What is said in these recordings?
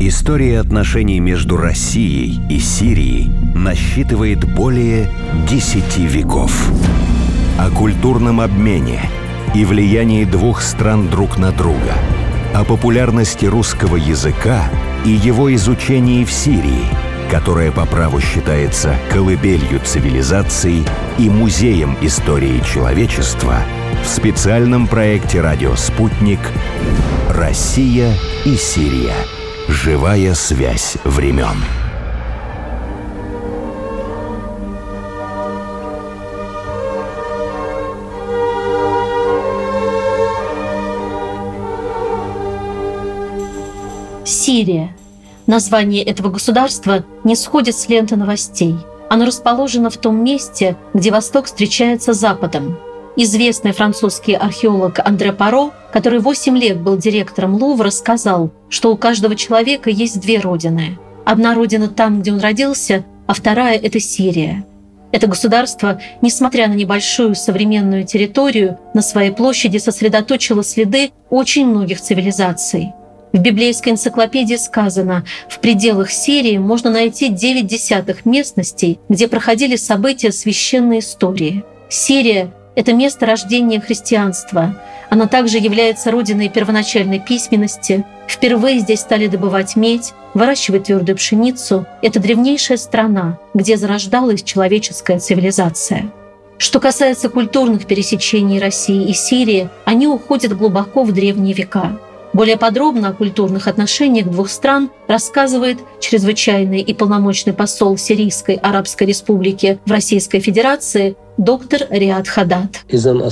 История отношений между Россией и Сирией насчитывает более 10 веков. О культурном обмене и влиянии двух стран друг на друга, о популярности русского языка и его изучении в Сирии, которая по праву считается колыбелью цивилизации и музеем истории человечества, в специальном проекте «Радио Спутник» «Россия и Сирия. Живая связь времен». Сирия. Название этого государства не сходит с ленты новостей. Оно расположено в том месте, где Восток встречается с Западом. Известный французский археолог Андре Паро, который 8 лет был директором Лувра, сказал, что у каждого человека есть две родины. Одна родина там, где он родился, а вторая – это Сирия. Это государство, несмотря на небольшую современную территорию, на своей площади сосредоточило следы очень многих цивилизаций. В библейской энциклопедии сказано, в пределах Сирии можно найти 9 десятых местностей, где проходили события священной истории. Сирия – это место рождения христианства. Она также является родиной первоначальной письменности. Впервые здесь стали добывать медь, выращивать твердую пшеницу. Это древнейшая страна, где зарождалась человеческая цивилизация. Что касается культурных пересечений России и Сирии, они уходят глубоко в древние века. Более подробно о культурных отношениях двух стран рассказывает чрезвычайный и полномочный посол Сирийской Арабской Республики в Российской Федерации доктор Риад Хадад.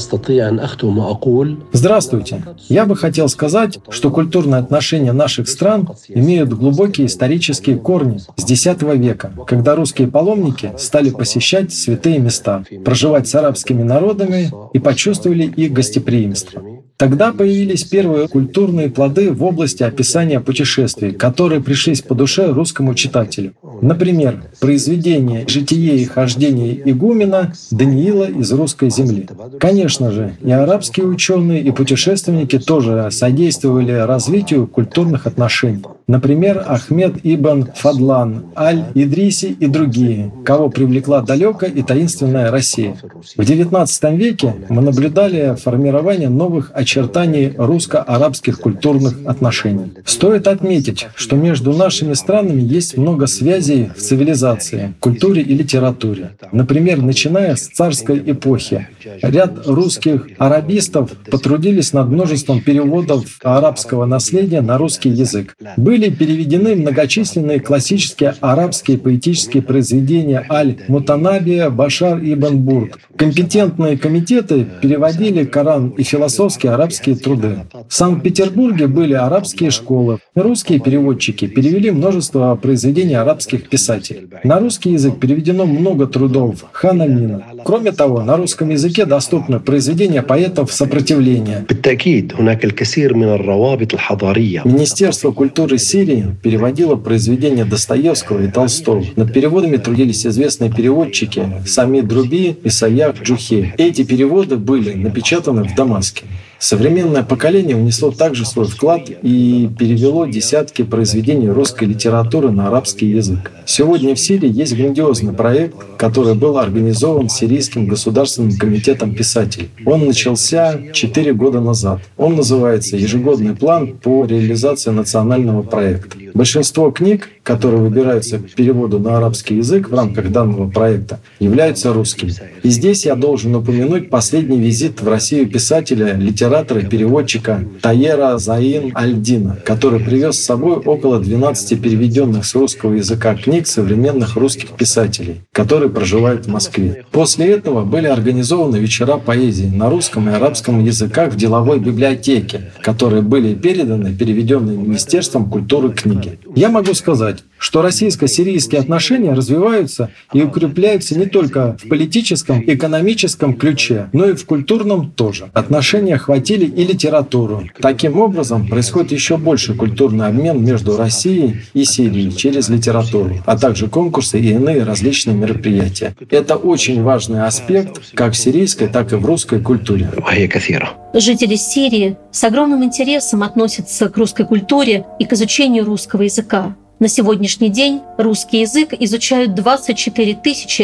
Здравствуйте. Я бы хотел сказать, что культурные отношения наших стран имеют глубокие исторические корни с X века, когда русские паломники стали посещать святые места, проживать с арабскими народами и почувствовали их гостеприимство. Тогда появились первые культурные плоды в области описания путешествий, которые пришлись по душе русскому читателю. Например, произведение «Житие и хождение игумена» Даниила из русской земли. Конечно же, и арабские ученые, и путешественники тоже содействовали развитию культурных отношений. Например, Ахмед ибн Фадлан, Аль-Идриси и другие, кого привлекла далекая и таинственная Россия. В XIX веке мы наблюдали формирование новых очертаний русско-арабских культурных отношений. Стоит отметить, что между нашими странами есть много связей в цивилизации, культуре и литературе. Например, начиная с царской эпохи, ряд русских арабистов потрудились над множеством переводов арабского наследия на русский язык. Были переведены многочисленные классические арабские поэтические произведения Аль-Мутанабия, Башар ибн Бурд. Компетентные комитеты переводили Коран и философские арабские труды. В Санкт-Петербурге были арабские школы. Русские переводчики перевели множество произведений арабских писателей. На русский язык переведено много трудов Хана Мина. Кроме того, на русском языке доступны произведения поэтов сопротивления. Министерство культуры Сирии переводило произведения Достоевского и Толстого. Над переводами трудились известные переводчики Сами Друби и Саях Джухи. Эти переводы были напечатаны в Дамаске. Современное поколение внесло также свой вклад и перевело десятки произведений русской литературы на арабский язык. Сегодня в Сирии есть грандиозный проект, который был организован Сирийским государственным комитетом писателей. Он начался 4 года назад. Он называется «Ежегодный план по реализации национального проекта». Большинство книг, которые выбираются к переводу на арабский язык в рамках данного проекта, являются русскими. И здесь я должен упомянуть последний визит в Россию писателя, литератора и переводчика Таера Заин Аль-Дина, который привез с собой около 12 переведенных с русского языка книг современных русских писателей, которые проживают в Москве. После этого были организованы вечера поэзии на русском и арабском языках в деловой библиотеке, которые были переданы переведенные Министерством культуры книги. Я могу сказать, сказать, что российско-сирийские отношения развиваются и укрепляются не только в политическом, экономическом ключе, но и в культурном тоже. Отношения охватили и литературу. Таким образом, происходит еще больше культурный обмен между Россией и Сирией через литературу, а также конкурсы и иные различные мероприятия. Это очень важный аспект как в сирийской, так и в русской культуре. Жители Сирии с огромным интересом относятся к русской культуре и к изучению русского языка. На сегодняшний день русский язык изучают 24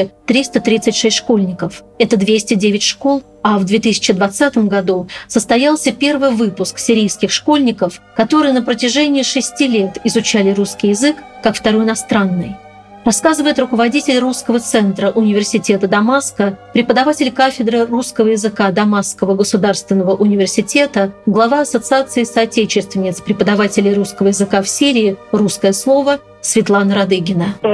336 школьников. Это 209 школ, а в 2020 году состоялся первый выпуск сирийских школьников, которые на протяжении 6 лет изучали русский язык как второй иностранный. Рассказывает руководитель русского центра университета Дамаска, преподаватель кафедры русского языка Дамасского государственного университета, глава Ассоциации соотечественниц преподавателей русского языка в Сирии «Русское слово» Светлана Радыгина. В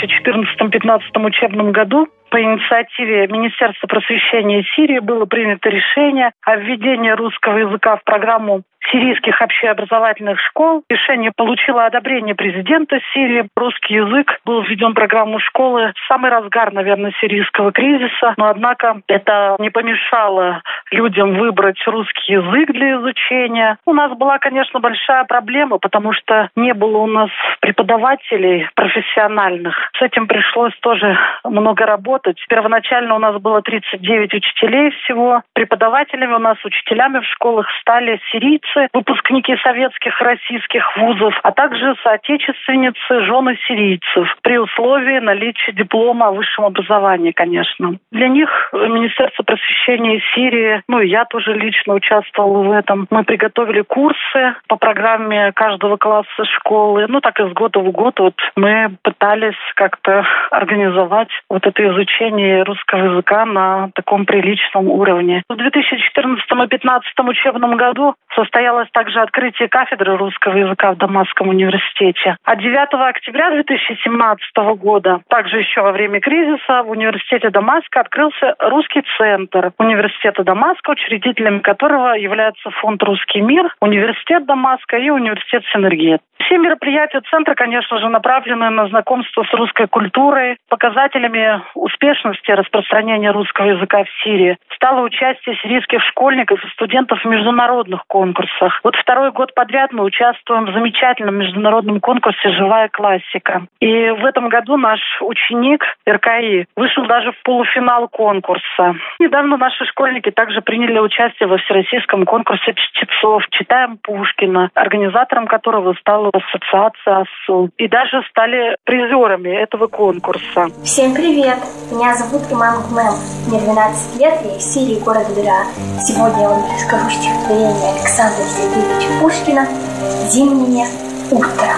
2014-2015 учебном году по инициативе Министерства просвещения Сирии было принято решение о введении русского языка в программу сирийских общеобразовательных школ. Решение получило одобрение президента Сирии. Русский язык был введен в программу школы в самый разгар, наверное, сирийского кризиса. Но, однако, это не помешало людям выбрать русский язык для изучения. У нас была, конечно, большая проблема, потому что не было у нас преподавателей профессиональных. С этим пришлось тоже много работать. Первоначально у нас было 39 учителей всего. Преподавателями у нас, учителями в школах стали сирийцы, выпускники советских и российских вузов, а также соотечественницы, жены сирийцев, при условии наличия диплома о высшем образовании, конечно. Для них Министерство просвещения Сирии, и я тоже лично участвовала в этом. Мы приготовили курсы по программе каждого класса школы. Так из года в год мы пытались как-то организовать это изучение русского языка на таком приличном уровне. В 2014 и 2015 учебном году состоялось также открытие кафедры русского языка в Дамасском университете. А 9 октября 2017 года, также еще во время кризиса, в университете Дамаска открылся русский центр университета Дамаска, учредителями которого являются фонд «Русский мир», университет Дамаска и университет «Синергия». Все мероприятия центра, конечно же, направлены на знакомство с русской культурой. Показателями успешности распространения русского языка в Сирии стало участие сирийских школьников и студентов в международных конкурсах. Второй год подряд мы участвуем в замечательном международном конкурсе «Живая классика». И в этом году наш ученик РКИ вышел даже в полуфинал конкурса. Недавно наши школьники также приняли участие во всероссийском конкурсе чтецов «Читаем Пушкина», организатором которого стала ассоциация АСУ. И даже стали призерами этого конкурса. Всем привет! Меня зовут Иман Гумем. Мне 12 лет, я из Сирии, города Дыра. Сегодня я вам расскажу стихотворение Александра Сергеевича Пушкина «Зимнее утро».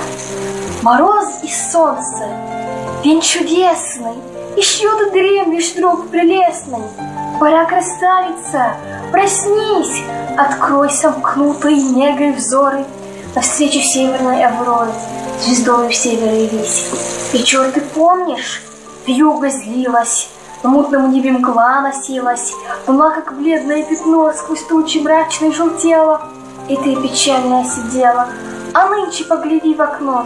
Мороз и солнце, день чудесный, еще ты дремлешь, друг прелестный. Пора, красавица, проснись, открой сомкнутые негой взоры навстречу северной авроре, звездою севера явись. Вечер ты помнишь, вьюга злилась, в мутном небе мгла носилась, луна, как бледное пятно, сквозь тучи мрачной желтела, и ты печальная сидела. А нынче погляди в окно,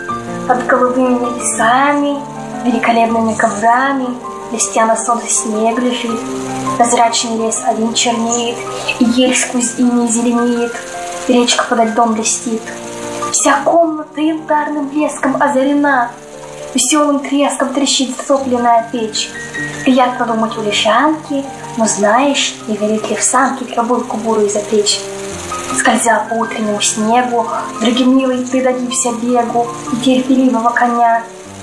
под голубыми небесами, великолепными коврами, блестя на солнце снег лежит, прозрачный лес один чернеет, и ель сквозь иней зеленеет, и речка подо льдом блестит. Вся комната янтарным блеском озарена, веселым треском трещит затопленная печь. Приятно думать у лежанки, но знаешь, не велит ли в санке трубульку бурую запечь. Скользя по утреннему снегу, другим милый ты дадимся бегу и терпеливого коня.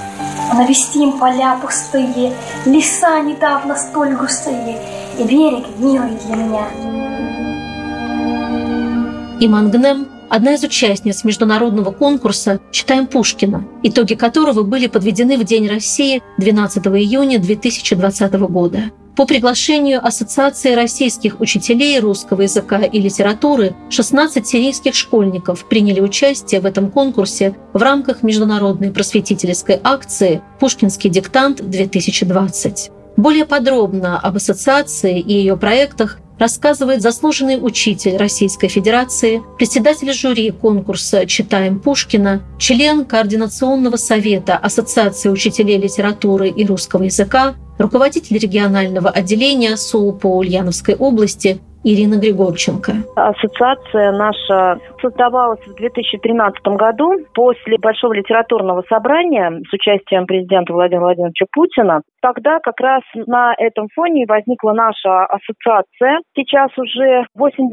Навестим поля пустые, леса недавно столь густые, и берег милый для меня. Иман Гнем – одна из участниц международного конкурса «Читаем Пушкина», итоги которого были подведены в День России 12 июня 2020 года. По приглашению Ассоциации российских учителей русского языка и литературы 16 сирийских школьников приняли участие в этом конкурсе в рамках международной просветительской акции «Пушкинский диктант-2020». Более подробно об ассоциации и ее проектах рассказывает заслуженный учитель Российской Федерации, председатель жюри конкурса «Читаем Пушкина», член Координационного совета Ассоциации учителей литературы и русского языка, руководитель регионального отделения СУ по Ульяновской области Ирина Григорченко. Ассоциация наша создавалась в 2013 году после большого литературного собрания с участием президента Владимира Владимировича Путина. Тогда как раз на этом фоне возникла наша ассоциация. Сейчас уже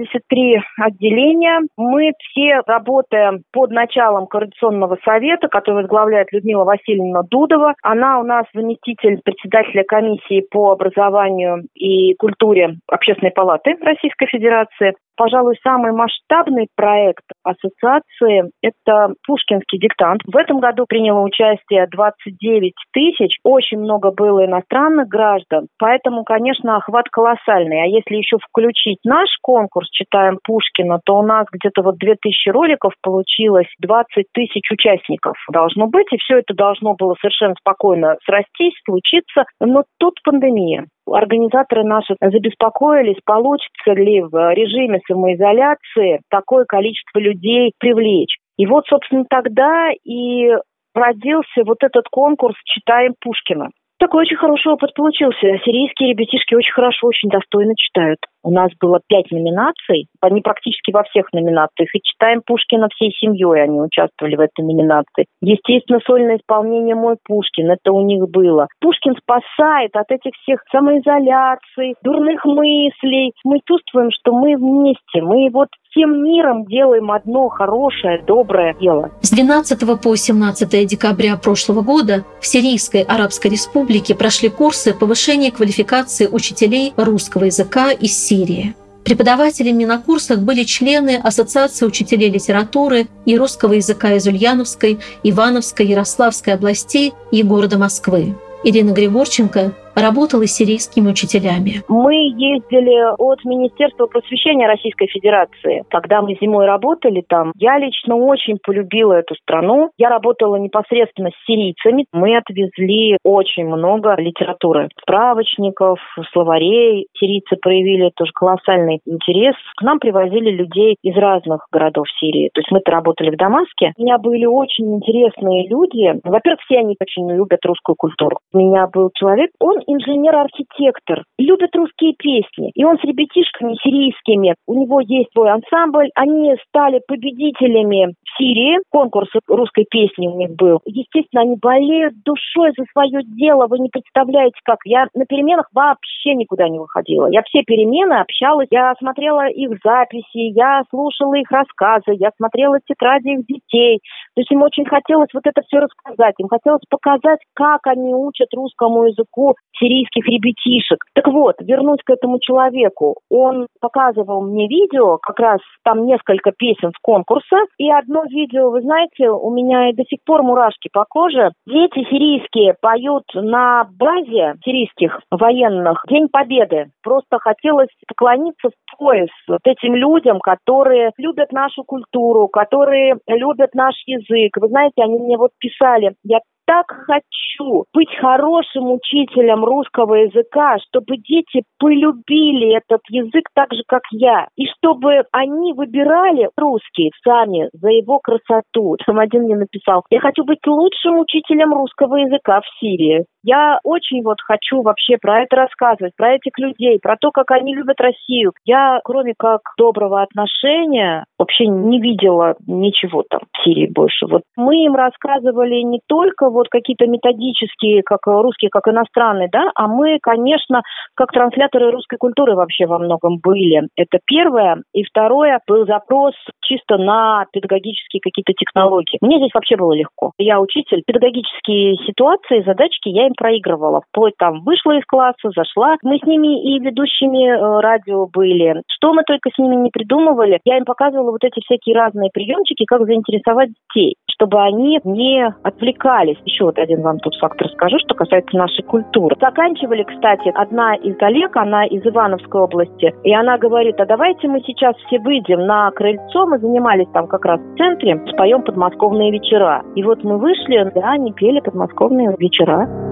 83 отделения. Мы все работаем под началом Координационного совета, который возглавляет Людмила Васильевна Дудова. Она у нас заместитель председателя комиссии по образованию и культуре Общественной палаты Российской Федерации. Пожалуй, самый масштабный проект ассоциации – это «Пушкинский диктант». В этом году приняло участие 29 тысяч. Очень много было иностранных граждан. Поэтому, конечно, охват колоссальный. А если еще включить наш конкурс «Читаем Пушкина», то у нас где-то 2000 роликов получилось, 20 тысяч участников должно быть. И все это должно было совершенно спокойно срастись, случиться. Но тут пандемия. Организаторы наши забеспокоились, получится ли в режиме самоизоляции такое количество людей привлечь. И вот, собственно, тогда и родился этот конкурс «Читаем Пушкина». Такой очень хороший опыт получился. Сирийские ребятишки очень хорошо, очень достойно читают. У нас было 5 номинаций, они практически во всех номинациях. И «Читаем Пушкина» всей семьей, они участвовали в этой номинации. Естественно, сольное исполнение «Мой Пушкин», это у них было. Пушкин спасает от этих всех самоизоляций, дурных мыслей. Мы чувствуем, что мы вместе, мы всем миром делаем одно хорошее, доброе дело. С 12 по 17 декабря прошлого года в Сирийской Арабской Республике прошли курсы повышения квалификации учителей русского языка из Сирии. Преподавателями на курсах были члены Ассоциации учителей литературы и русского языка из Ульяновской, Ивановской, Ярославской областей и города Москвы. Ирина Григорченко работала с сирийскими учителями. Мы ездили от Министерства просвещения Российской Федерации. Когда мы зимой работали там, я лично очень полюбила эту страну. Я работала непосредственно с сирийцами. Мы отвезли очень много литературы, справочников, словарей. Сирийцы проявили тоже колоссальный интерес. К нам привозили людей из разных городов Сирии. То есть мы-то работали в Дамаске. У меня были очень интересные люди. Во-первых, все они очень любят русскую культуру. У меня был человек, он инженер-архитектор, любит русские песни. И он с ребятишками сирийскими, у него есть свой ансамбль, они стали победителями в Сирии, конкурс русской песни у них был. Естественно, они болеют душой за свое дело, вы не представляете как. Я на переменах вообще никуда не выходила. Я все перемены общалась, я смотрела их записи, я слушала их рассказы, я смотрела тетради их детей. То есть им очень хотелось это все рассказать, им хотелось показать, как они учат русскому языку сирийских ребятишек. Так вот, вернусь к этому человеку. Он показывал мне видео, как раз там несколько песен с конкурса, и одно видео, вы знаете, у меня и до сих пор мурашки по коже. Дети сирийские поют на базе сирийских военных День Победы. Просто хотелось поклониться в пояс этим людям, которые любят нашу культуру, которые любят наш язык. Вы знаете, они мне писали, я так хочу быть хорошим учителем русского языка, чтобы дети полюбили этот язык так же, как я. И чтобы они выбирали русский сами за его красоту. Там один мне написал, я хочу быть лучшим учителем русского языка в Сирии. Я очень хочу вообще про это рассказывать, про этих людей, про то, как они любят Россию. Я, кроме как доброго отношения, вообще не видела ничего там в Сирии больше. Мы им рассказывали не только какие-то методические, как русские, как иностранные, да, а мы, конечно, как трансляторы русской культуры вообще во многом были. Это первое. И второе, был запрос чисто на педагогические какие-то технологии. Мне здесь вообще было легко. Я учитель. Педагогические ситуации, задачки я им проигрывала. Вплоть вышла из класса, зашла. Мы с ними и ведущими радио были. Что мы только с ними не придумывали. Я им показывала эти всякие разные приемчики, как заинтересовать детей, чтобы они не отвлекались. Еще один вам тут факт расскажу, что касается нашей культуры. Заканчивали, кстати, одна из коллег, она из Ивановской области, и она говорит, а давайте мы сейчас все выйдем на крыльцо, мы занимались там как раз в центре, споем подмосковные вечера. И мы вышли, да, они пели подмосковные вечера.